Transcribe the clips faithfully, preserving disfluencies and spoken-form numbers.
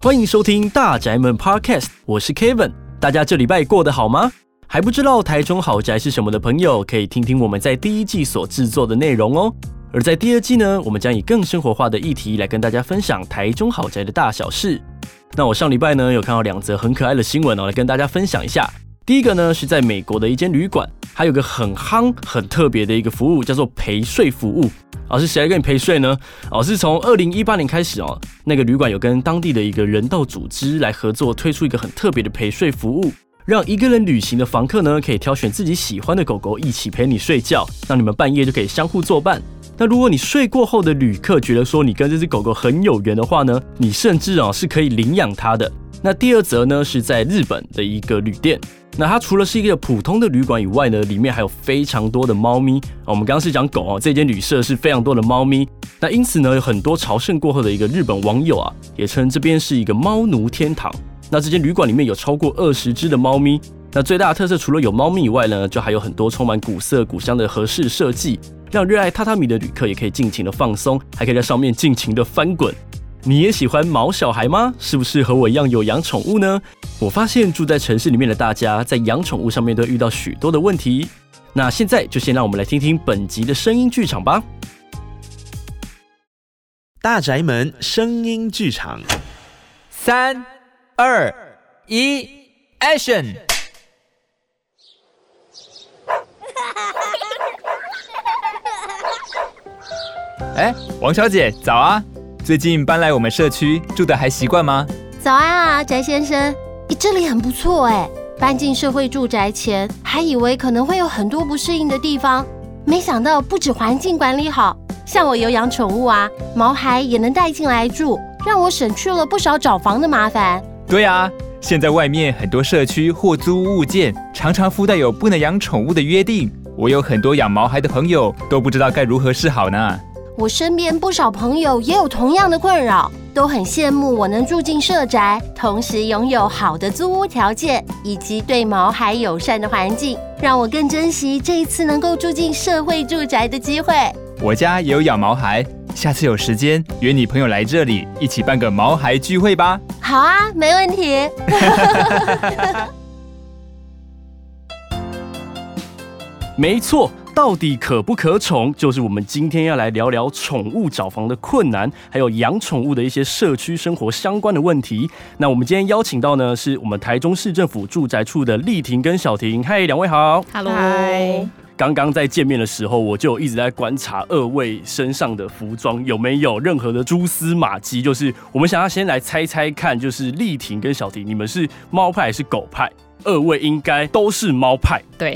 欢迎收听大宅门 Podcast， 我是 Kevin。大家这礼拜过得好吗？还不知道台中豪宅是什么的朋友，可以听听我们在第一季所制作的内容哦。而在第二季呢，我们将以更生活化的议题来跟大家分享台中豪宅的大小事。那我上礼拜呢有看到两则很可爱的新闻哦，来跟大家分享一下。第一个呢是在美国的一间旅馆，它有个很夯、很特别的一个服务，叫做陪睡服务。哦，是谁来跟你陪睡呢？哦，是从二零一八年开始哦，那个旅馆有跟当地的一个人道组织来合作，推出一个很特别的陪睡服务，让一个人旅行的房客呢，可以挑选自己喜欢的狗狗一起陪你睡觉，让你们半夜就可以相互作伴。那如果你睡过后的旅客觉得说你跟这只狗狗很有缘的话呢，你甚至哦是可以领养它的。那第二则呢是在日本的一个旅店。那它除了是一个普通的旅馆以外呢，里面还有非常多的猫咪。我们刚刚是讲狗哦，这间旅社是非常多的猫咪。那因此呢，有很多朝圣过后的一个日本网友啊，也称这边是一个猫奴天堂。那这间旅馆里面有超过二十只的猫咪。那最大的特色除了有猫咪以外呢，就还有很多充满古色古香的和式设计，让热爱榻榻米的旅客也可以尽情的放松，还可以在上面尽情的翻滚。你也喜欢毛小孩吗？是不是和我一样有养宠物呢？我发现住在城市里面的大家，在养宠物上面都遇到许多的问题。那现在就先让我们来听听本集的声音剧场吧。 大宅门声音剧场， 三、二、一 ，Action！ 哎，王小姐，早啊！最近搬来我们社区，住得还习惯吗？ 早安啊，翟先生，这里很不错哎。搬进社会住宅前，还以为可能会有很多不适应的地方，没想到不止环境管理好，像我有养宠物啊，毛孩也能带进来住，让我省去了不少找房的麻烦。 对啊，现在外面很多社区或租屋物件常常附带有不能养宠物的约定，我有很多养毛孩的朋友都不知道该如何是好呢。 我身边不少朋友也有同样的困扰，都很羡慕我能住进社宅，同时拥有好的租屋条件以及对毛孩友善的环境，让我更珍惜这一次能够住进社会住宅的机会。 我家也有养毛孩，下次有时间约你朋友来这里一起办个毛孩聚会吧。 好啊，没问题。 没错，到底可不可宠，就是我们今天要来聊聊宠物找房的困难，还有养宠物的一些社区生活相关的问题。那我们今天邀请到呢，是我们台中市政府住宅处的丽婷跟小婷。嗨，两位好。 Hello。 刚刚在见面的时候，我就一直在观察二位身上的服装有没有任何的蛛丝马迹。就是我们想要先来猜猜看，就是丽婷跟小婷，你们是猫派还是狗派？二位应该都是猫派。 对。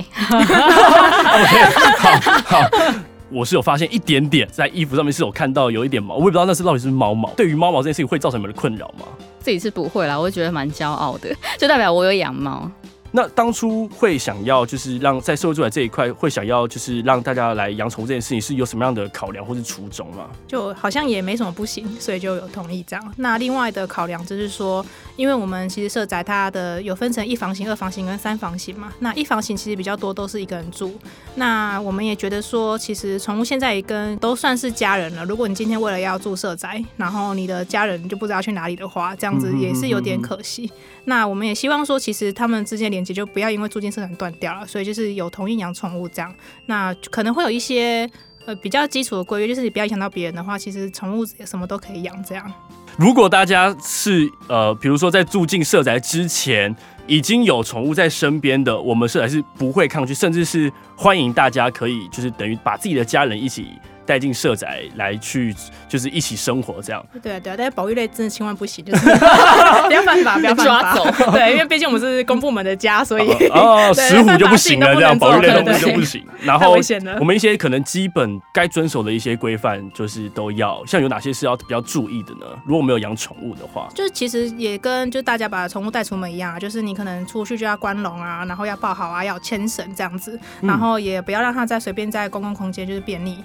OK， 好好。我是有发现一点点，在衣服上面是有看到有一点毛，我也不知道那是到底是猫毛。对于猫毛这件事情，会造成你们的困扰吗？ 自己是不会啦，我觉得蛮骄傲的，就代表我有养猫。 那当初会想要就是让在社会住宅这一块会想要就是让大家来养宠物这件事情，是有什么样的考量或是初衷吗？ 就好像也没什么不行，所以就有同意这样。那另外的考量就是说，因为我们其实社宅它的有分成一房型、二房型跟三房型嘛。那一房型其实比较多都是一个人住。那我们也觉得说，其实宠物现在也跟都算是家人了。如果你今天为了要住社宅，然后你的家人就不知道去哪里的话，这样子也是有点可惜。那我们也希望说，其实他们之间连接就不要因为住进社宅断掉了，所以就是有同意养宠物这样。那可能会有一些呃比较基础的规约，就是你不要影响到别人的话，其实宠物什么都可以养这样。 如果大家是呃，比如说在住进社宅之前已经有宠物在身边的，我们社宅是不会抗拒，甚至是欢迎大家可以就是等于把自己的家人一起带进社宅来去，就是一起生活这样。 对啊，对啊，但是保育类真的千万不行，就是不要犯法，不要犯法。 抓走。 对，因为毕竟我们是公部门的家，所以哦，石虎就不行了，这样保育类动物就不行。然后我们一些可能基本该遵守的一些规范，就是都要，像有哪些是要比较注意的呢？如果我们有养宠物的话， 就是其实也跟就大家把宠物带出门一样啊，就是你可能出去就要关笼啊，然后要抱好啊，要牵绳这样子，然后也不要让它再随便在公共空间就是便溺。那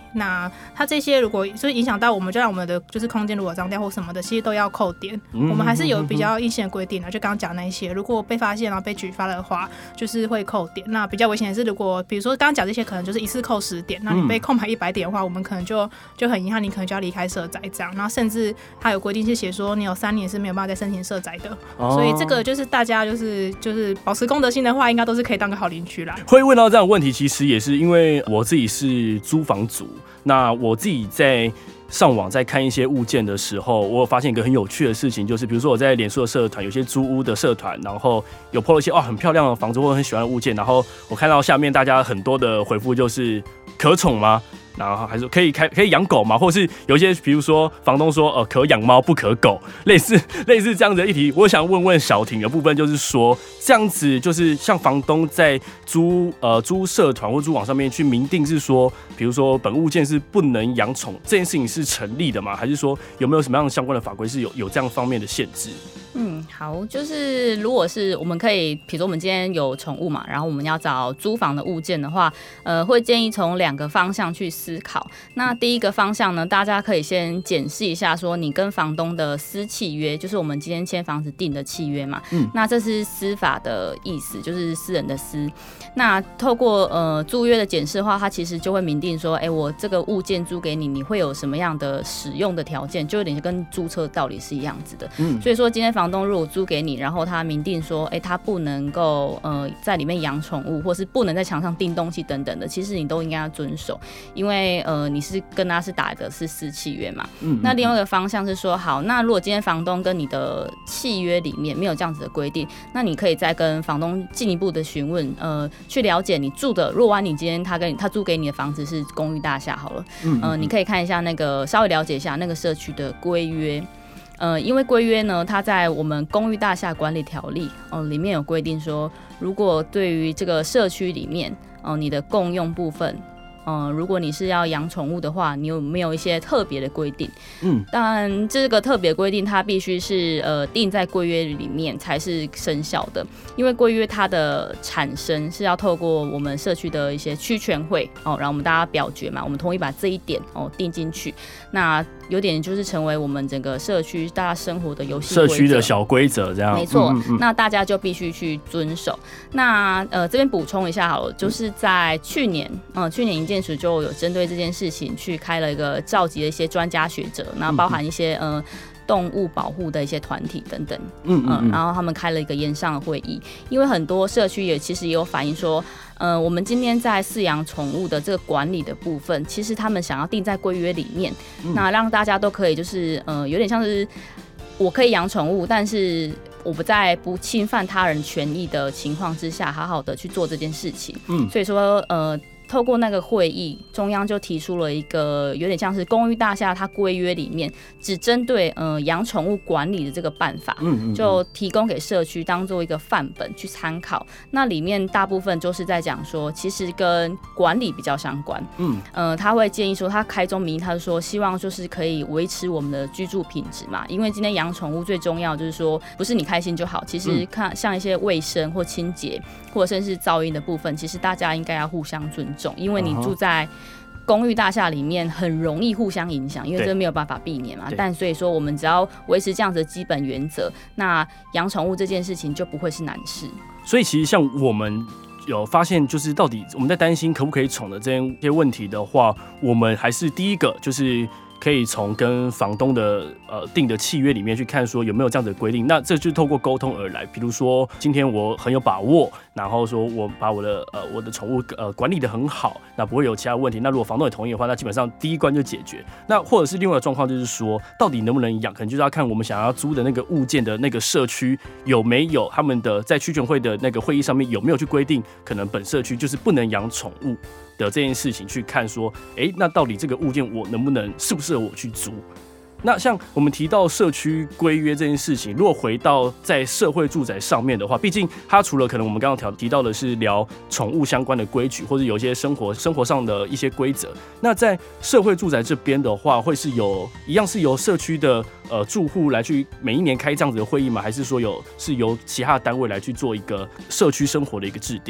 那它这些如果就是影响到我们，就让我们的就是空间如果脏掉或什么的，其实都要扣点。嗯、我们还是有比较硬性的规定的，就刚刚讲那一些，如果被发现然后被举发的话，就是会扣点。那比较危险的是，如果比如说刚刚讲这些，可能就是一次扣十点，那你被扣满一百点的话，我们可能就就很遗憾，你可能就要离开社宅这样。然后甚至它有规定是写说，你有三年是没有办法再申请社宅的。哦、所以这个就是大家就是就是保持公德心的话，应该都是可以当个好邻居啦。 会问到这样的问题，其实也是因为我自己是租房族，那我自己在上网在看一些物件的时候，我有发现一个很有趣的事情，就是比如说我在脸书的社团，有些租屋的社团，然后有 po 了一些哦很漂亮的房子或很喜欢的物件，然后我看到下面大家很多的回复就是可宠吗？然后还是可以开可以养狗吗？或是有一些比如说房东说呃可养猫不可狗，类似类似这样的议题，我想问问小婷的部分，就是说这样子就是像房东在租呃租社团或租网上面去明定是说，比如说本物件是不能养宠，这件事情是成立的吗？还是说有没有什么样的相关的法规是有有这样方面的限制？ 嗯，好，就是如果是我们可以，比如说我们今天有宠物嘛，然后我们要找租房的物件的话，呃，会建议从两个方向去思考。那第一个方向呢，大家可以先检视一下，说你跟房东的私契约，就是我们今天签房子订的契约嘛。嗯，那这是私法的意思，就是私人的私。那透过呃租约的检视的话，它其实就会明定说，哎、欸，我这个物件租给你，你会有什么样的使用的条件，就有点跟租车道理是一样子的。嗯，所以说今天房东如果租给你，然后他明定说，哎、欸，他不能够呃在里面养宠物，或是不能在墙上钉东西等等的，其实你都应该要遵守，因为呃你是跟他是打的是私契约嘛。嗯，那另外一个方向是说，好，那如果今天房东跟你的契约里面没有这样子的规定，那你可以再跟房东进一步的询问，呃，去了解你住的，如果你今天他跟你他租给你的房子是公寓大厦好了，嗯，呃，你可以看一下那个稍微了解一下那个社区的规约。呃，因为规约呢，它在我们公寓大厦管理条例哦、呃、里面有规定说，如果对于这个社区里面哦、呃、你的共用部分，呃，如果你是要养宠物的话，你有没有一些特别的规定？嗯，当然这个特别规定它必须是呃定在规约里面才是生效的，因为规约它的产生是要透过我们社区的一些区权会哦，然后我们大家表决嘛，我们同意把这一点哦定进去，那有点就是成为我们整个社区大家生活的游戏规则， 社区的小规则这样。 没错、嗯嗯，那大家就必须去遵守。那呃这边补充一下好了，就是在去年，嗯、呃，去年营建署就有针对这件事情去开了一个召集了一些专家学者，那包含一些呃。动物保护的一些团体等等，嗯嗯、呃，然后他们开了一个延上的会议，因为很多社区也其实也有反映说，呃，我们今天在饲养宠物的这个管理的部分，其实他们想要定在规约里面，嗯、那让大家都可以就是呃，有点像是我可以养宠物，但是我不在不侵犯他人权益的情况之下，好好的去做这件事情。嗯，所以说呃。透过那个会议，中央就提出了一个有点像是公寓大厦它规约里面只针对呃养宠物管理的这个办法，嗯嗯嗯就提供给社区当做一个范本去参考。那里面大部分就是在讲说，其实跟管理比较相关。嗯，呃，他会建议说，他开宗明义，他就说希望就是可以维持我们的居住品质嘛，因为今天养宠物最重要就是说，不是你开心就好，其实看像一些卫生或清洁，或者甚至噪音的部分，其实大家应该要互相尊重。因为你住在公寓大厦里面，很容易互相影响，因为这没有办法避免嘛。但所以说，我们只要维持这样子的基本原则，那养宠物这件事情就不会是难事。 所以其实像我们有发现，就是到底我们在担心可不可以宠的这些问题的话，我们还是第一个就是可以从跟房东的呃定的契约里面去看，说有没有这样的规定。那这就透过沟通而来。比如说，今天我很有把握，然后说我把我的呃我的宠物呃管理得很好，那不会有其他问题。那如果房东也同意的话，那基本上第一关就解决。那或者是另外一个状况，就是说到底能不能养，可能就是要看我们想要租的那个物件的那个社区有没有他们的在区权会的那个会议上面有没有去规定，可能本社区就是不能养宠物的这件事情，去看说，哎，那到底这个物件我能不能适不适合我去租？那像我们提到社区规约这件事情，如果回到在社会住宅上面的话，毕竟它除了可能我们刚刚提到的是聊宠物相关的规矩，或者有一些生活生活上的一些规则，那在社会住宅这边的话，会是有一样是由社区的呃住户来去每一年开这样子的会议吗？还是说有是由其他单位来去做一个社区生活的一个制定？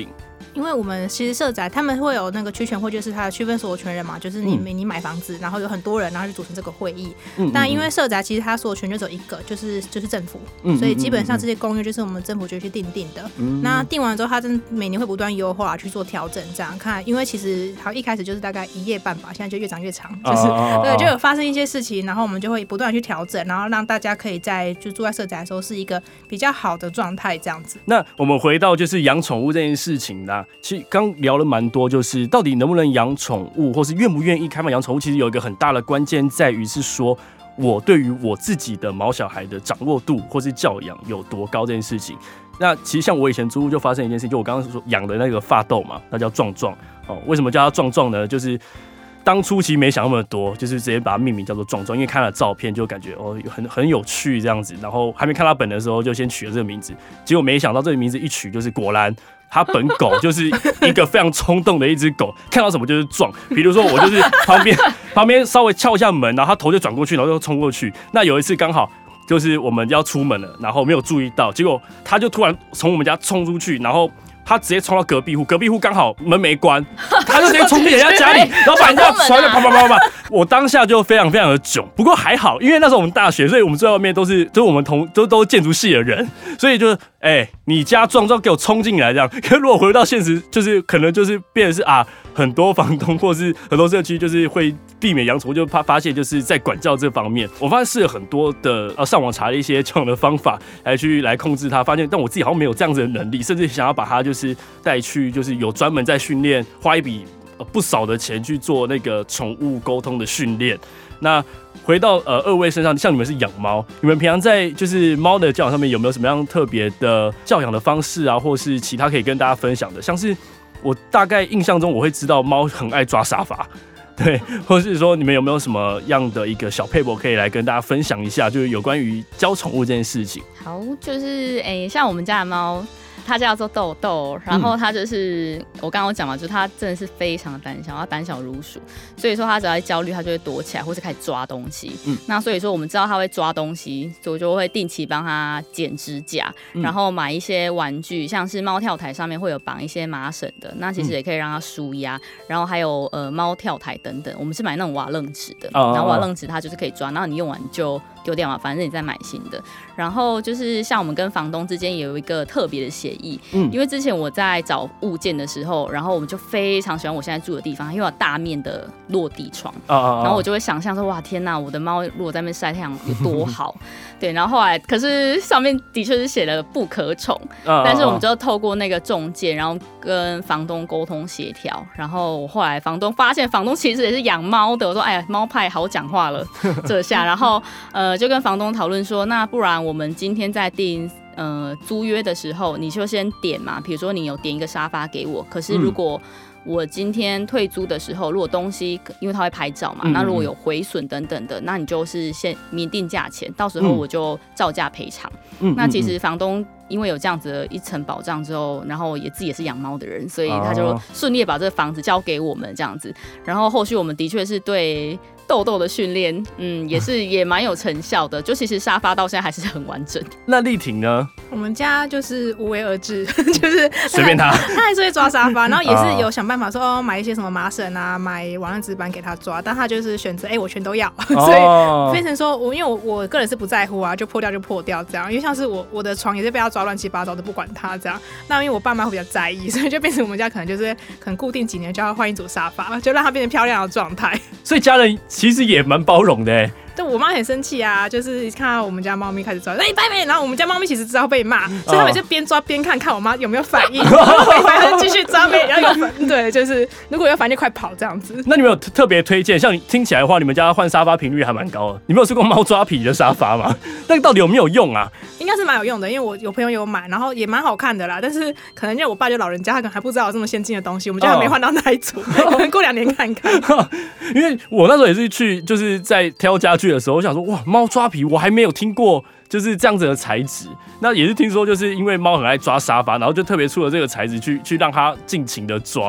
因为我们其实社宅他们会有那个区权会，就是它的区分所有权人嘛，就是你、嗯、你买房子，然后有很多人，然后就组成这个会议。嗯、但因为社宅其实它所有权就只有一个，就是就是政府，嗯、所以基本上这些公约就是我们政府就去定定的。嗯、那定完之后，它真每年会不断优化去做调整，这样看。因为其实好一开始就是大概一夜半吧，现在就越长越长，就是、哦、对，就有发生一些事情，然后我们就会不断去调整，然后让大家可以在就住在社宅的时候是一个比较好的状态，这样子。 那我们回到就是养宠物这件事情啦，其实刚聊了蛮多，就是到底能不能养宠物，或是愿不愿意开放养宠物，其实有一个很大的关键在于是说，我对于我自己的毛小孩的掌握度或是教养有多高这件事情。那其实像我以前租屋就发生一件事情，就我刚刚说养的那个发豆嘛，那叫壮壮哦。为什么叫它壮壮呢？就是当初其实没想那么多，就是直接把它命名叫做壮壮，因为看了照片就感觉哦很很有趣这样子，然后还没看到本人的时候就先取了这个名字，结果没想到这个名字一取就是果然。它本狗就是一个非常冲动的一只狗，看到什么就是撞。比如说我就是旁边旁边稍微敲一下门，然后它头就转过去，然后就冲过去。那有一次刚好就是我们要出门了，然后没有注意到，结果它就突然从我们家冲出去，然后他直接冲到隔壁户，隔壁户刚好门没关，他就直接冲进人家家里，然后把人家传的啪啪啪啪。我当下就非常非常的囧，不过还好，因为那时候我们大学，所以我们住在外面都是都是我们同都都是建筑系的人，所以就是哎、欸，你家壮壮给我冲进来这样。可是如果回到现实，就是可能就是变成是啊，很多房东或是很多社区就是会避免养宠物，就怕发现就是在管教这方面，我发现试了很多的呃上网查了一些这样的方法来去来控制它，发现但我自己好像没有这样子的能力，甚至想要把它就是带去就是有专门在训练，花一笔。不少的钱去做那个宠物沟通的训练。那回到呃二位身上，像你们是养猫，你们平常在就是猫的教养上面有没有什么样特别的教养的方式啊，或是其他可以跟大家分享的？像是我大概印象中我会知道猫很爱抓沙发，对，或是说你们有没有什么样的一个小撇步可以来跟大家分享一下，就是有关于教宠物这件事情？ 好，就是诶、欸，像我们家的猫。它叫做豆豆，然后它就是、嗯、我刚刚讲嘛，就是它真的是非常的胆小，它胆小如鼠，所以说它只要一焦虑，它就会躲起来，或是开始抓东西。嗯，那所以说我们知道它会抓东西，所以我就会定期帮它剪指甲，嗯、然后买一些玩具，像是猫跳台上面会有绑一些麻绳的，那其实也可以让它舒压。嗯、然后还有呃猫跳台等等，我们是买那种瓦楞纸的，哦、然后瓦楞纸它就是可以抓，然后你用完就丢掉嘛，反正你再买新的。然后就是像我们跟房东之间也有一个特别的协议，嗯，因为之前我在找物件的时候，然后我们就非常喜欢我现在住的地方，因为有大面的落地窗，哦哦哦然后我就会想象说，哇，天哪，我的猫如果在那边晒太阳有多好，对。然后后来，可是上面的确是写了不可宠，哦哦哦但是我们就透过那个中介，然后跟房东沟通协调，然后我后来房东发现，房东其实也是养猫的，我说，哎呀，猫派好讲话了，这下，然后呃，就跟房东讨论说，那不然我们今天在订。呃，租约的时候你就先点嘛，比如说你有点一个沙发给我，可是如果我今天退租的时候，如果东西因为他会拍照嘛，嗯嗯那如果有毁损等等的，那你就是先明定价钱，到时候我就照价赔偿。嗯、那其实房东因为有这样子的一层保障之后，然后也自己也是养猫的人，所以他就顺利把这个房子交给我们这样子。然后后续我们的确是对豆豆的训练，嗯，也是也蛮有成效的。就其实沙发到现在还是很完整。 那丽婷呢？ 我们家就是无为而治，就是随便他， 他还是会抓沙发，然后也是有想办法说哦，买一些什么麻绳啊，买瓦楞纸板给他抓，但他就是选择哎、欸，我全都要，哦、所以变成说我因为我我个人是不在乎啊，就破掉就破掉这样。因为像是我我的床也是被他抓乱七八糟的，不管他这样。那因为我爸妈会比较在意，所以就变成我们家可能就是可能固定几年就要换一组沙发，就让它变成漂亮的状态。 所以家人其实也蛮包容的哎。 对，我妈很生气啊，就是看到我们家猫咪开始抓，哎，拜拜，然后我们家猫咪其实知道被骂，所以他们就边抓边看看我妈有没有反应，然后没反应继续抓，没然后有反，对，就是如果有反应就快跑这样子。 那你们有特别推荐？像听起来的话，你们家换沙发频率还蛮高的。你们有试过猫抓皮的沙发吗？那个到底有没有用啊？ 应该是蛮有用的，因为我有朋友有买，然后也蛮好看的啦。但是可能因为我爸就老人家，他可能还不知道有这么先进的东西，我们家还没换到那一组，可能过两年看看。 因为我那时候也是去，就是在挑家具的时候，我想说，哇，猫抓皮我还没有听过，就是这样子的材质。那也是听说，就是因为猫很爱抓沙发，然后就特别出了这个材质去去让它尽情的抓。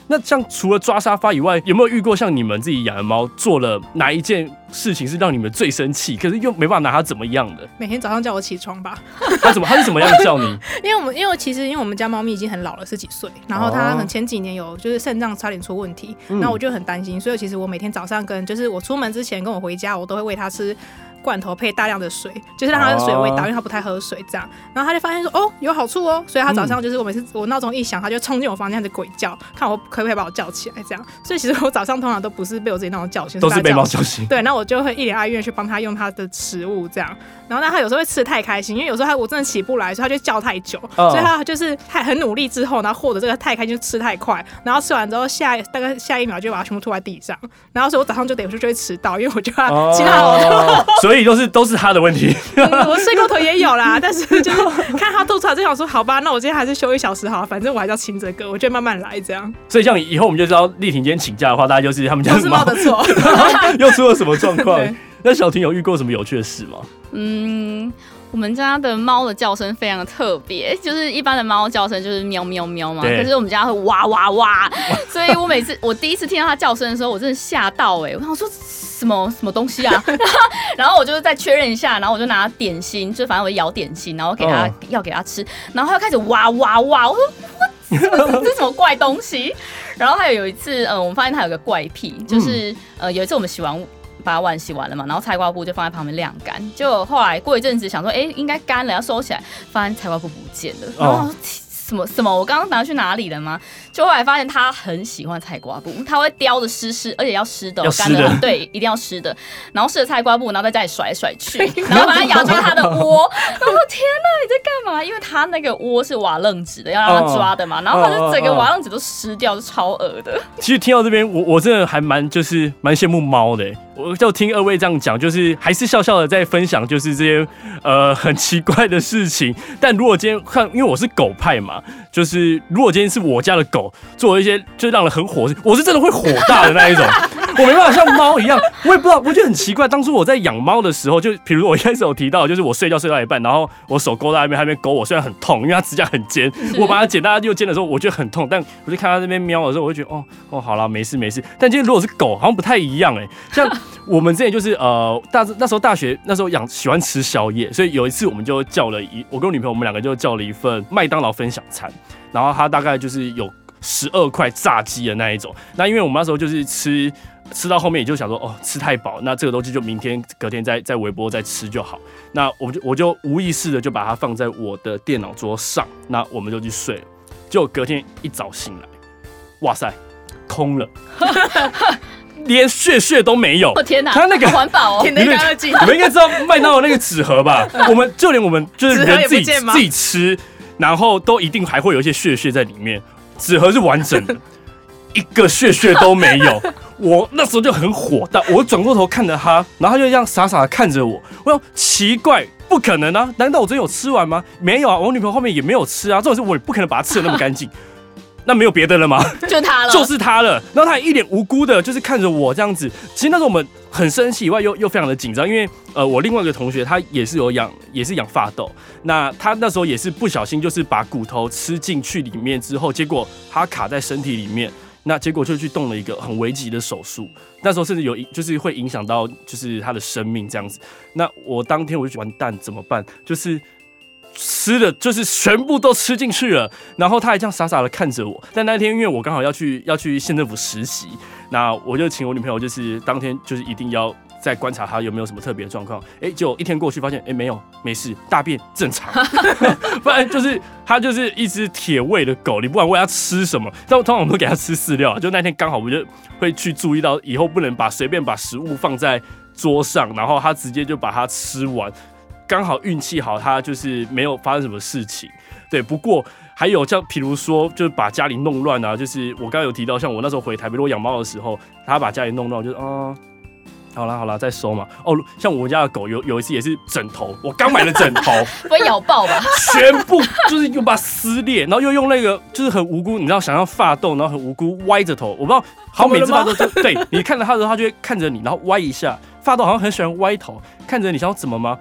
那像除了抓沙发以外，有没有遇过像你们自己养的猫做了哪一件事情是让你们最生气，可是又没办法拿它怎么样的？ 每天早上叫我起床吧。 它怎么？它是怎么样叫你？ 因为我们因为其实因为我们家猫咪已经很老了，十几岁，然后它很前几年有就是肾脏差点出问题，然后我就很担心，所以其实我每天早上跟就是我出门之前跟我回家，我都会喂它吃罐头配大量的水，就是让它的水味道，因为它不太喝水这样。然后他就发现说哦有好处哦，所以他早上就是我每次我闹钟一响，他就冲进我房间开始鬼叫，看我可不可以把我叫起来这样。所以其实我早上通常都不是被我自己闹钟叫醒， 都是被猫叫醒。 对，那我就会一脸哀怨去帮他用他的食物这样。然后那他有时候会吃得太开心，因为有时候他我真的起不来，所以他就叫太久，哦、所以他就是他很努力之后，然后获得这个太开心就吃太快，然后吃完之后下大概下一秒就把它全部吐在地上，然后所以我早上就得就会迟到，因为我就要其他好多、哦， 所以都是都是他的问题。 嗯、我睡过头也有啦，但是就是看他吐出来就想说好吧，那我今天还是休一小时好了，反正我还是要亲这个，我就慢慢来这样。 所以像以后我们就知道丽婷今天请假的话，大家就是他们家是猫的错， 又出了什么状况？那小婷有遇过什么有趣的事吗？ 嗯，我们家的猫的叫声非常的特别，就是一般的猫叫声就是喵喵喵嘛，可是我们家会哇哇哇，所以我每次我第一次听到它叫声的时候，我真的吓到哎、欸，我想说什么什么东西啊，然后我就再确认一下，然后我就拿点心，就反正我咬点心，然后给它、哦、要给它吃，然后它就开始哇哇哇，我说我这是什么怪东西？然后还有有一次，呃，我们发现它有个怪癖，就是、嗯、呃有一次我们洗完。把碗洗完了嘛，然后菜瓜布就放在旁边晾干。就后来过一阵子想说，哎、欸，应该干了，要收起来，发现菜瓜布不见了。然后说什么什么，我刚刚拿去哪里了吗？就后来发现他很喜欢菜瓜布，他会叼着湿湿，而且要湿的、哦，干的，对，一定要湿的。然后湿的菜瓜布，然后在家里甩来甩去，然后把它咬进他的窝。我说天哪，你在干嘛？因为他那个窝是瓦楞纸的，要让他抓的嘛。然后他就整个瓦楞纸都湿掉，就超恶的。 其实听到这边，我我真的还蛮就是蛮羡慕猫的。我就听二位这样讲，就是还是笑笑的在分享，就是这些呃很奇怪的事情。但如果今天看，因为我是狗派嘛，就是如果今天是我家的狗做了一些就让人很火，我是真的会火大的那一种。我没办法像猫一样，我也不知道，我觉得很奇怪。当初我在养猫的时候，就比如我一开始有提到，就是我睡觉睡到一半，然后我手勾到那边，它那边勾我，虽然很痛，因为它指甲很尖，我把它剪到它右肩的时候，我觉得很痛，但我就看它这边喵的时候，我就觉得哦哦，好啦，没事没事。但今天如果是狗，好像不太一样哎、欸，像。我们之前就是呃大那时候大学那时候养喜欢吃宵夜，所以有一次我们就叫了一我跟我女朋友我们两个就叫了一份麦当劳分享餐，然后它大概就是有十二块炸鸡的那一种。那因为我们那时候就是吃吃到后面也就想说哦吃太饱，那这个东西就明天隔天再再微波再吃就好。那我就我就无意识的就把它放在我的电脑桌上，那我们就去睡了。结果隔天一早醒来，哇塞，空了。连屑屑都没有， 我、哦、天哪！ 它那个环保哦， 天天干净。 你们应该知道麦当劳那个纸盒吧？我们就连我们就是人自己自己吃，然后都一定还会有一些屑屑在里面。纸盒是完整的，一个屑屑都没有。我那时候就很火大，我转过头看着他，然后他就这样傻傻的看着我。我想奇怪，不可能啊！难道我真有吃完吗？没有啊，我女朋友后面也没有吃啊。重点是我也不可能把它吃的那么干净。那没有别的了吗？ 就他了， 就是他了。然后他也一脸无辜的，就是看着我这样子。其实那时候我们很生气以外又，又非常的紧张，因为呃，我另外一个同学他也是有养，也是养法斗。那他那时候也是不小心，就是把骨头吃进去里面之后，结果他卡在身体里面，那结果就去动了一个很危急的手术。那时候甚至有就是会影响到就是他的生命这样子。那我当天我就觉得完蛋怎么办？就是吃的就是全部都吃进去了，然后他还这样傻傻的看着我。但那天因为我刚好要去要去县政府实习，那我就请我女朋友就是当天就是一定要再观察他有没有什么特别的状况。哎，结果一天过去发现，哎没有，没事，大便正常。不然就是他就是一只铁胃的狗，你不管喂它吃什么，但通常我们都给它吃饲料。就那天刚好我就会去注意到，以后不能把随便把食物放在桌上，然后他直接就把它吃完。刚好运气好，他就是没有发生什么事情。对，不过还有像比如说，就是把家里弄乱啊，就是我刚刚有提到，像我那时候回台北，如果养猫的时候，他把家里弄乱，就是啊、嗯，好啦好啦，再收嘛。哦，像我们家的狗有有一次也是枕头，我刚买的枕头， 不会咬爆吧？ 全部就是又把它撕裂，然后又用那个就是很无辜，你知道想要发抖，然后很无辜歪着头，我不知道，好每次发抖就对你看着他的时候，他就会看着你，然后歪一下，发抖好像很喜欢歪头，看着你想要怎么吗？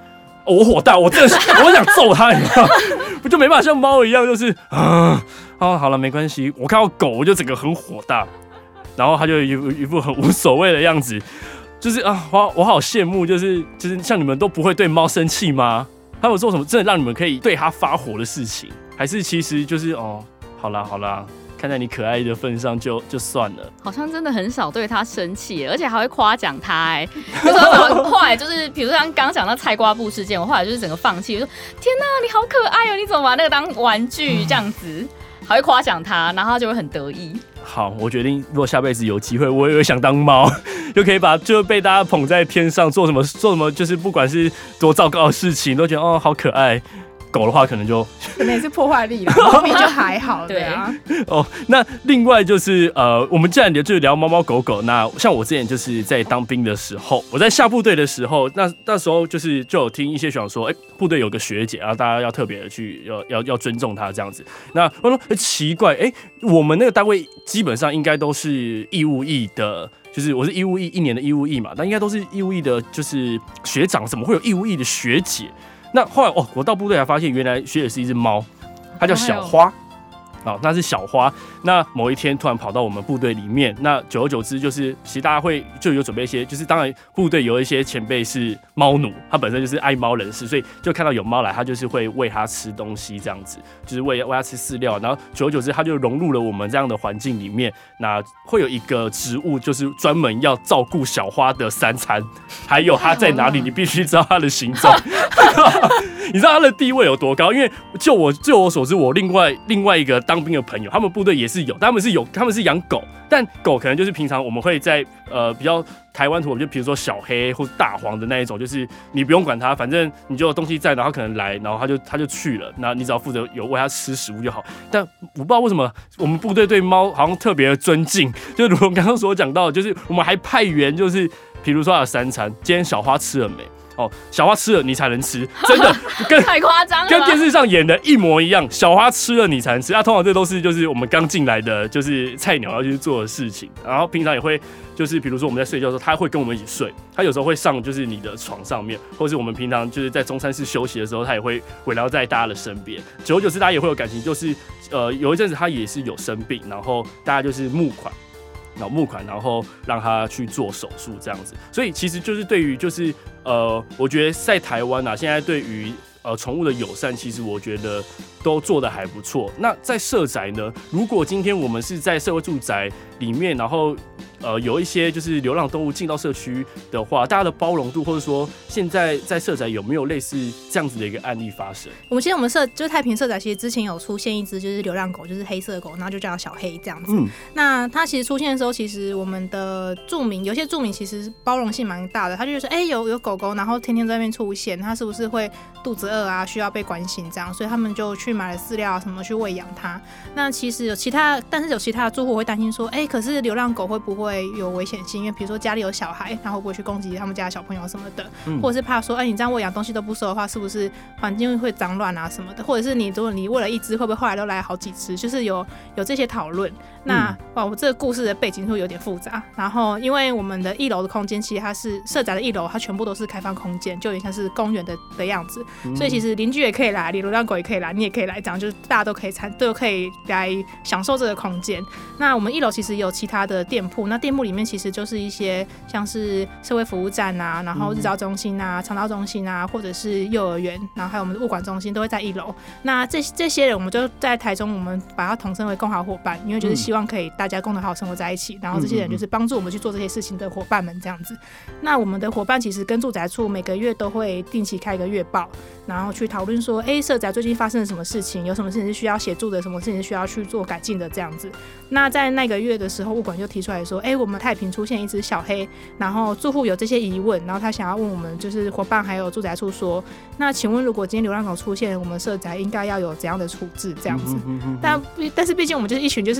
哦，我火大，我真的是我想揍他，你知道吗？我就没办法像猫一样，就是啊，哦，好了，没关系。我看到狗，我就整个很火大，然后他就一副一副很无所谓的样子，就是啊，我我好羡慕，就是就是像你们都不会对猫生气吗？他有做什么真的让你们可以对他发火的事情？还是其实就是哦，好啦好啦，看在你可爱的份上就就算了。 好像真的很少对他生气，而且还会夸奖他。哎，就是后来就是，比如说像刚讲到菜瓜布事件，我后来就是整个放弃，我说天哪，你好可爱哦，你怎么把那个当玩具这样子？还会夸奖他，然后他就会很得意。 好，我决定，如果下辈子有机会，我也会想当猫，就可以把就被大家捧在天上，做什么做什么，就是不管是多糟糕的事情，都觉得哦好可爱。狗的话可能就可能也是破坏力啦，猫咪就还好，对啊。 哦，那另外就是呃，我们既然就是聊猫猫狗狗，那像我之前就是在当兵的时候，我在下部队的时候，那那时候就是就有听一些学长说，哎、欸，部队有个学姐啊，大家要特别的去要要要尊重她这样子。那我说、欸、奇怪，哎、欸，我们那个单位基本上应该都是义务役的。就是我是义务役一年的义务役嘛，那应该都是义务役的，就是学长，怎么会有义务役的学姐？那后来哦，我到部队才发现，原来学姐是一只猫，它叫小花。哦，那是小花。那某一天突然跑到我们部队里面，那久而久之，就是其实大家会就有准备一些，就是当然部队有一些前辈是猫奴，他本身就是爱猫人士，所以就看到有猫来，他就是会喂它吃东西这样子，就是喂喂它吃饲料。然后久而久之，它就融入了我们这样的环境里面。那会有一个职务，就是专门要照顾小花的三餐，还有它在哪里，你必须知道它的行踪。你知道它的地位有多高？因为就我就我所知，我另外另外一个当兵的朋友，他们部队也是有，他们是有，他们是养狗，但狗可能就是平常我们会在呃比较台湾土，就比如说小黑或大黄的那一种，就是你不用管它，反正你就有东西在，然后它可能来，然后它就它就去了，那你只要负责有喂它吃食物就好。但我不知道为什么我们部队对猫好像特别的尊敬，就如同刚刚所讲到的，就是我们还派员，就是比如说有三餐，今天小花吃了没？哦，小花吃了你才能吃，真的跟太夸张了， 跟电视上演的一模一样。小花吃了你才能吃，啊，通常这都是就是我们刚进来的就是菜鸟要去做的事情。然后平常也会就是比如说我们在睡觉的时候，他会跟我们一起睡，他有时候会上就是你的床上面，或是我们平常就是在中山室休息的时候，他也会围绕在大家的身边。久而久之，大家也会有感情，就是呃有一阵子他也是有生病，然后大家就是募款。然后募款，然后让他去做手术这样子，所以其实就是对于就是呃，我觉得在台湾啊，现在对于呃宠物的友善，其实我觉得都做得还不错。那在社宅呢，如果今天我们是在社会住宅里面，然后呃有一些就是流浪动物进到社区的话，大家的包容度，或者说现在在社宅有没有类似这样子的一个案例发生？我们其实我们社就是太平社宅，其实之前有出现一只就是流浪狗，就是黑色狗，然后就叫小黑这样子。嗯，那它其实出现的时候，其实我们的住民有些住民其实包容性蛮大的，他就说，哎、欸，有有狗狗，然后天天在那边出现，它是不是会肚子饿啊，需要被关心这样，所以他们就去买了饲料啊什么去喂养它。那其实有其他，但是有其他的住户会担心说，哎、欸，可是流浪狗会不会有危险性？因为比如说家里有小孩，他会不会去攻击他们家的小朋友什么的，嗯、或者是怕说，哎、欸，你这样喂养东西都不收的话，是不是环境会脏乱啊什么的？或者是你如果你喂了一只，会不会后来都来好几只？就是有有这些讨论。那、嗯、哇，我这个故事的背景会有点复杂。然后，因为我们的一楼的空间其实它是社宅的一楼，它全部都是开放空间，就有点像是公园的的样子。嗯、所以其实邻居也可以来，流浪狗也可以来，你也可以来，这样就是大家都可以参，都可以来享受这个空间。那我们一楼其实有其他的店铺，那店铺里面其实就是一些像是社会服务站啊，然后日照中心啊、肠道中心啊，或者是幼儿园，然后还有我们的物管中心都会在一楼。那这这些人，我们就在台中，我们把它统称为共好伙伴，因为就是希望可以大家共同好好生活在一起。然后这些人就是帮助我们去做这些事情的伙伴们这样子。那我们的伙伴其实跟住宅处每个月都会定期开一个月报，然后去讨论说，哎，社宅最近发生了什么事情，有什么事情是需要协助的，什么事情是需要去做改进的这样子。那在那个月的时候，物管就提出来说，哎，我们太平出现一只小黑，然后住户有这些疑问，然后他想要问我们就是伙伴还有住宅处说，那请问如果今天流浪狗出现，我们社宅应该要有怎样的处置这样子？但但是毕竟我们就是一群就是你知道就是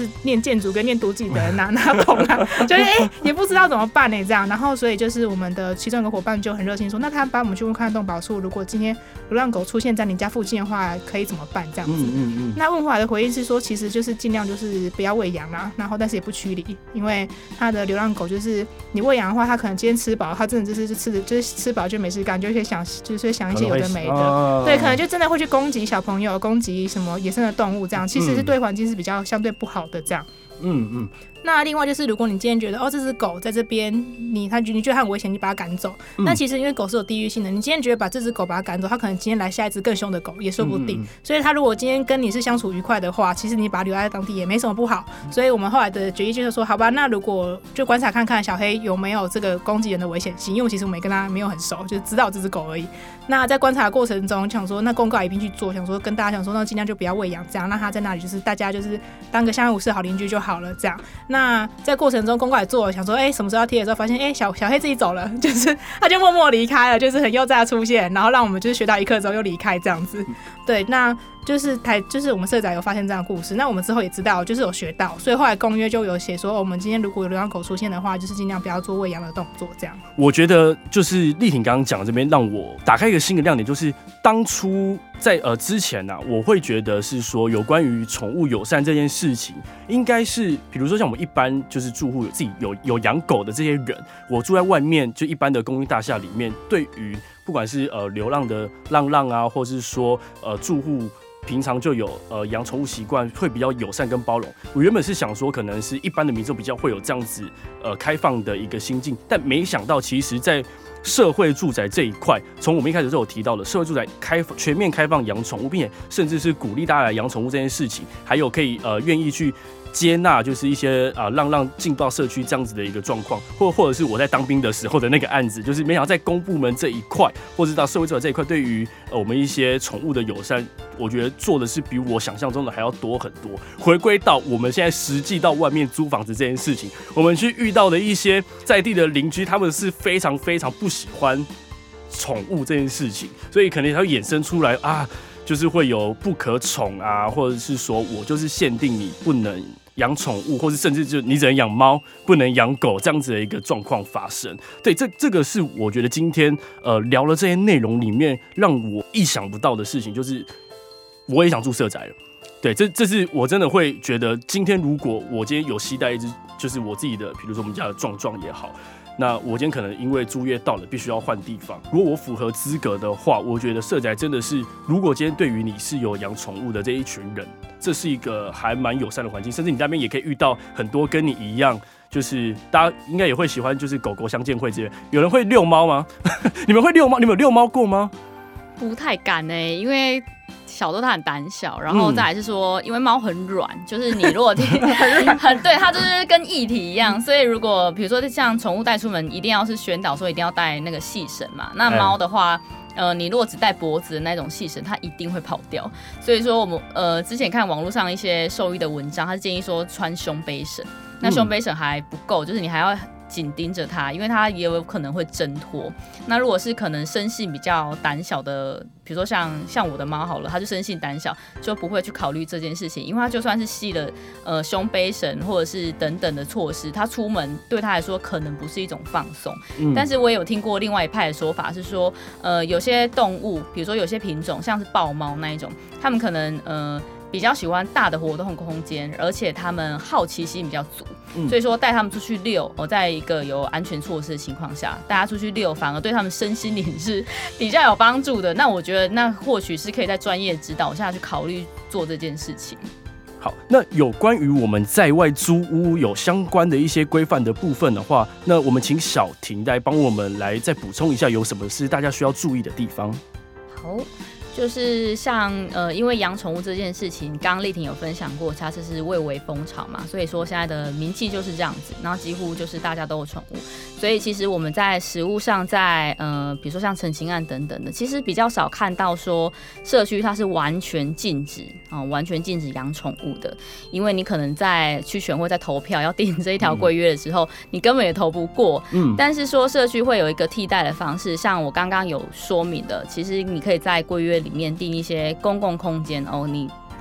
就是念建筑跟念读记的人拿拿捧啊，就是哎、欸、也不知道怎么办呢、欸、这样，然后所以就是我们的其中一个伙伴就很热心说，那他帮我们去问看动保处，如果今天流浪狗出现在你家附近的话，可以怎么办这样子？嗯嗯嗯。那问回来的回应是说，其实就是尽量就是不要喂养啦，然后但是也不驱离，因为他的流浪狗就是你喂养的话，他可能今天吃饱，他真的就是吃的就是吃饱就没事干，就会想就是会想一些有的没的，哦、对，可能就真的会去攻击小朋友，攻击什么野生的动物这样，其实是对环境是比较相对不好的这样。嗯嗯。那另外就是，如果你今天觉得哦，这只狗在这边，你它你觉得它很危险，你把它赶走。嗯、但其实因为狗是有地域性的，你今天觉得把这只狗把它赶走，它可能今天来下一只更凶的狗也说不定。嗯嗯、所以它如果今天跟你是相处愉快的话，其实你把它留在当地也没什么不好。嗯、所以我们后来的决议就是说，好吧，那如果就观察看看小黑有没有这个攻击人的危险性，因为其实我们也跟它没有很熟，就是知道这只狗而已。那在观察的过程中，想说那公告一并去做，想说跟大家想说，那尽量就不要喂养，这样让它在那里就是大家就是当个相安无事好邻居就好了，这样。那在过程中公告也做了，想说哎、欸、什么时候要贴的时候，发现哎、欸、小小黑自己走了，就是他就默默离开了，就是很幼稚的出现，然后让我们就是学到一课之后又离开这样子。对，那就是台就是我们社宅有发现这样的故事，那我们之后也知道就是有学到，所以后来公约就有写说、哦、我们今天如果有流浪狗出现的话，就是尽量不要做喂养的动作这样。 我觉得就是立挺刚刚讲的这边让我打开一个新的亮点，就是当初在呃之前啊，我会觉得是说有关于宠物友善这件事情，应该是比如说像我们一般就是住户有自己有有养狗的这些人，我住在外面就一般的公寓大厦里面，对于不管是呃流浪的浪浪啊，或是说呃住户平常就有呃养宠物习惯，会比较友善跟包容。我原本是想说，可能是一般的民众比较会有这样子呃开放的一个心境，但没想到其实在社会住宅这一块，从我们一开始就有提到了社会住宅开全面开放养宠物，并且甚至是鼓励大家来养宠物这件事情，还有可以呃愿意去接纳就是一些啊、呃、让让进到社区这样子的一个状况，或或者是我在当兵的时候的那个案子，就是没想到在公部门这一块，或者到社会住宅这一块，对于呃我们一些宠物的友善，我觉得做的是比我想象中的还要多很多。回归到我们现在实际到外面租房子这件事情，我们去遇到的一些在地的邻居，他们是非常非常不喜欢宠物这件事情，所以可能它会衍生出来啊，就是会有不可宠啊，或者是说我就是限定你不能养宠物，或是甚至就你只能养猫，不能养狗这样子的一个状况发生。对，这这个是我觉得今天呃聊了这些内容里面让我意想不到的事情，就是我也想住社宅了。对，这这是我真的会觉得，今天如果我今天有携带一只，就是我自己的，比如说我们家的壮壮也好，那我今天可能因为租约到了，必须要换地方。如果我符合资格的话，我觉得社宅真的是，如果今天对于你是有养宠物的这一群人，这是一个还蛮友善的环境，甚至你那边也可以遇到很多跟你一样，就是大家应该也会喜欢，就是狗狗相见会之类。有人会遛猫吗？你们会遛猫？你们有遛猫过吗？ 不太敢哎、欸，因为小豆它很胆小，然后再来是说，因为猫很软，就是你如果很很对它就是跟液体一样，所以如果比如说像宠物带出门，一定要是宣导说一定要带那个细绳嘛。那猫的话，呃，你如果只带脖子的那种细绳，它一定会跑掉。所以说我们呃之前看网络上一些兽医的文章，它是建议说穿胸背绳，那胸背绳还不够，就是你还要紧盯着它，因为它也有可能会挣脱。那如果是可能生性比较胆小的，比如说像像我的猫好了，它就生性胆小，就不会去考虑这件事情，因为它就算是系了呃胸背绳或者是等等的措施，它出门对它来说可能不是一种放松。嗯、但是我也有听过另外一派的说法是说，呃，有些动物，比如说有些品种，像是豹猫那一种，它们可能呃。比较喜欢大的活动空间，而且他们好奇心比较足，嗯、所以说带他们出去遛，哦，在一个有安全措施的情况下，大家出去遛，反而对他们身心灵是比较有帮助的。那我觉得，那或许是可以在专业指导下去考虑做这件事情。 好，那有关于我们在外租屋有相关的一些规范的部分的话，那我们请小婷来帮我们来再补充一下，有什么是大家需要注意的地方？ 好。就是像呃，因为养宠物这件事情，刚刚丽婷有分享过，它这是蔚为风潮嘛，所以说现在的名气就是这样子，然后几乎就是大家都有宠物，所以其实我们在实务上在，在呃，比如说像陈情案等等的，其实比较少看到说社区它是完全禁止啊、呃，完全禁止养宠物的，因为你可能在区选会在投票要定这一条规约的时候，嗯、你根本也投不过，嗯，但是说社区会有一个替代的方式，像我刚刚有说明的，其实你可以在规约里面定一些公共空间哦，你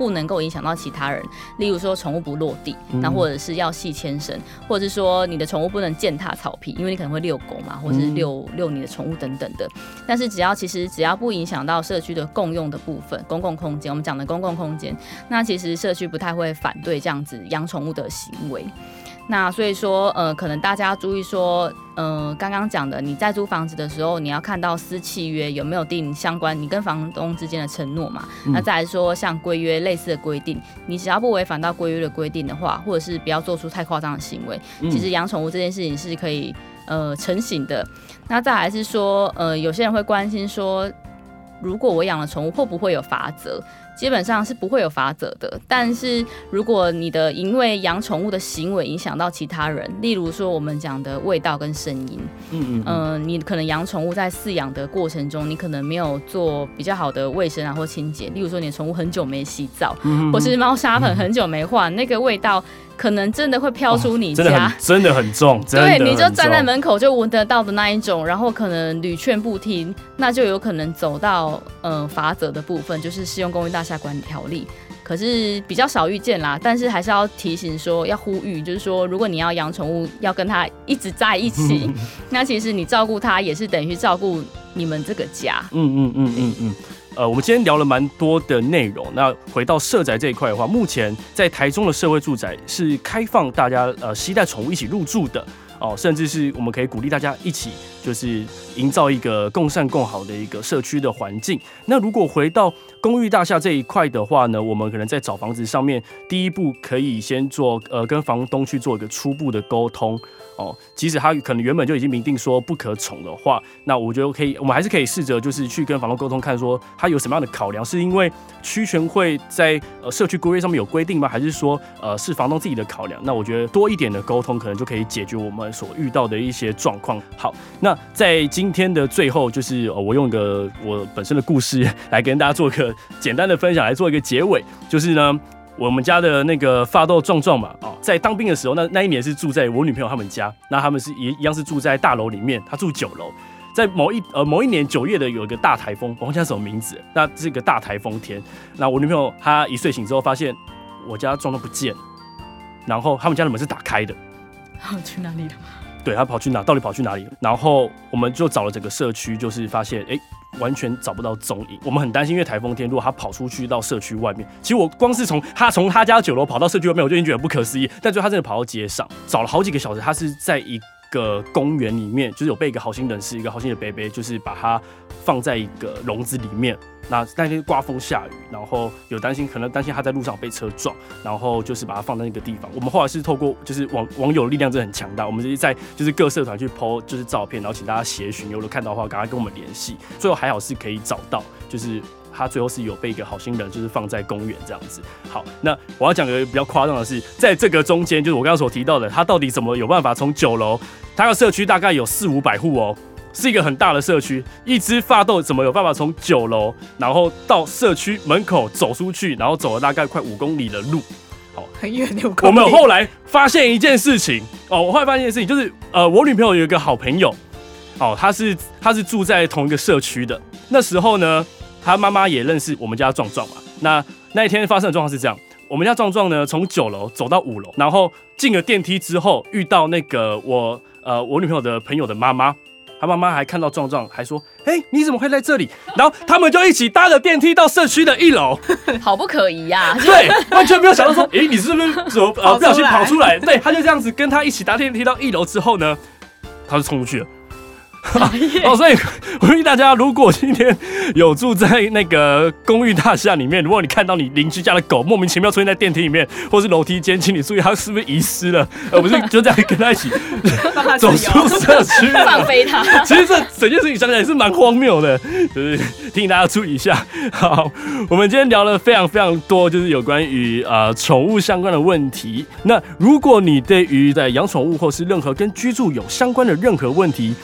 不能够影响到其他人，例如说宠物不落地，那、嗯、或者是要系牵绳，或者是说你的宠物不能践踏草皮，因为你可能会遛狗嘛，或者是遛遛你的宠物等等的。但是只要其实只要不影响到社区的共用的部分，公共空间，我们讲的公共空间，那其实社区不太会反对这样子养宠物的行为。那所以说，呃，可能大家要注意说，呃，刚刚讲的，你在租房子的时候，你要看到私契约有没有订相关你跟房东之间的承诺嘛。嗯、那再来说，像规约类似的规定，你只要不违反到规约的规定的话，或者是不要做出太夸张的行为，嗯、其实养宠物这件事情是可以呃成型的。那再来是说，呃，有些人会关心说，如果我养了宠物，会不会有罚则？基本上是不会有罚则的，但是如果你的因为养宠物的行为影响到其他人，例如说我们讲的味道跟声音，嗯嗯，呃，你可能养宠物在饲养的过程中，你可能没有做比较好的卫生啊或清洁，例如说你的宠物很久没洗澡，嗯、或是猫砂盆很久没换，嗯、那个味道可能真的会飘出你家， 哦、真的很真的很重，真的很重， 对，你就站在门口就闻得到的那一种，然后可能屡劝不听，那就有可能走到呃罚则的部分，就是适用公寓大厦管理条例，可是比较少遇见啦。但是还是要提醒说，要呼吁，就是说，如果你要养宠物，要跟它一直在一起，那其实你照顾它也是等于照顾你们这个家。 嗯嗯嗯嗯嗯。呃，我们今天聊了蛮多的内容。那回到社宅这一块的话，目前在台中的社会住宅是开放大家呃携带宠物一起入住的哦，甚至是我们可以鼓励大家一起就是营造一个共善共好的一个社区的环境。那如果回到公寓大厦这一块的话呢，我们可能在找房子上面，第一步可以先做呃跟房东去做一个初步的沟通哦。即使他可能原本就已经明定说不可宠的话，那我觉得可以，我们还是可以试着就是去跟房东沟通，看说他有什么样的考量，是因为区权会在呃社区规约上面有规定吗？还是说呃是房东自己的考量？那我觉得多一点的沟通，可能就可以解决我们所遇到的一些状况。好，那在今天的最后，就是呃我用一个我本身的故事来跟大家做一个简单的分享，来做一个结尾，就是呢。我们家的那个发豆壮壮嘛，哦，在当兵的时候，那那一年是住在我女朋友他们家，那他们是也一样是住在大楼里面，他住九楼。在某一呃某一年九月的有一个大台风，我忘记叫什么名字，那是一个大台风天。那我女朋友她一睡醒之后，发现我家壮壮不见了，然后他们家的门是打开的， 跑去哪里了？ 对，他跑去哪？到底跑去哪里了？然后我们就找了整个社区，就是发现，哎。完全找不到踪影，我们很担心，因为台风天，如果他跑出去到社区外面，其实我光是从他从他家九楼跑到社区外面，我就已经觉得不可思议。但最后他真的跑到街上，找了好几个小时，他是在一个公园里面，就是有被一个好心人士，一个好心的伯伯，就是把它放在一个笼子里面。那那天刮风下雨，然后有担心，可能担心他在路上被车撞，然后就是把它放在那个地方。我们后来是透过就是网网友的力量真的很强大，我们直接在就是各社团去 po 就是照片，然后请大家协寻，有了看到的话赶快跟我们联系。最后还好是可以找到，就是他最后是有被一个好心人就是放在公园这样子。好，那我要讲个比较夸张的是，在这个中间，就是我刚刚所提到的，他到底怎么有办法从九楼，他的社区大概有四五百户哦。是一个很大的社区，一只发豆怎么有办法从九楼，然后到社区门口走出去，然后走了大概快五公里的路，好， 很远的五公里。 我们后来发现一件事情哦，我后来发现一件事情，就是呃，我女朋友有一个好朋友，哦，她是她是住在同一个社区的。那时候呢，她妈妈也认识我们家壮壮嘛。那那一天发生的状况是这样。我们家壮壮呢，从九楼走到五楼，然后进了电梯之后，遇到那个我呃我女朋友的朋友的妈妈。他妈妈还看到壮壮，还说：“哎、欸，你怎么会在这里？”然后他们就一起搭着电梯到社区的一楼， 好不可疑呀、啊！ 对，完全没有想到说，哎、欸，你是不是怎么呃不小心跑出来？对，他就这样子跟他一起搭电梯到一楼之后呢，他就冲出去了。哦，所以呼吁大家，如果今天有住在那个公寓大厦里面，如果你看到你邻居家的狗莫名其妙出现在电梯里面，或是楼梯间，请你注意它是不是遗失了，而不是就这样跟他一起走出社区放飞它。 其实这整件事情想起来也是蛮荒谬的，就是提醒大家注意一下。好，我们今天聊了非常非常多，就是有关于呃宠物相关的问题。那如果你对于在养宠物或是任何跟居住有相关的任何问题，我们都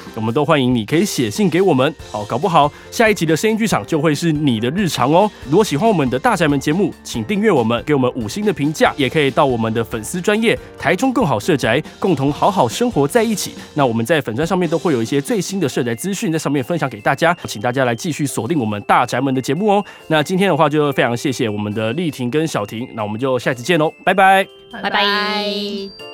欢迎你可以写信给我们哦，搞不好下一集的声音剧场就会是你的日常哦。如果喜欢我们的大宅门节目，请订阅我们，给我们五星的评价，也可以到我们的粉丝专页台中更好社宅，共同好好生活在一起。那我们在粉专上面都会有一些最新的社宅资讯在上面分享给大家，请大家来继续锁定我们大宅门的节目哦。那今天的话就非常谢谢我们的丽婷跟小婷，那我们就下次见喽，拜拜， 拜拜。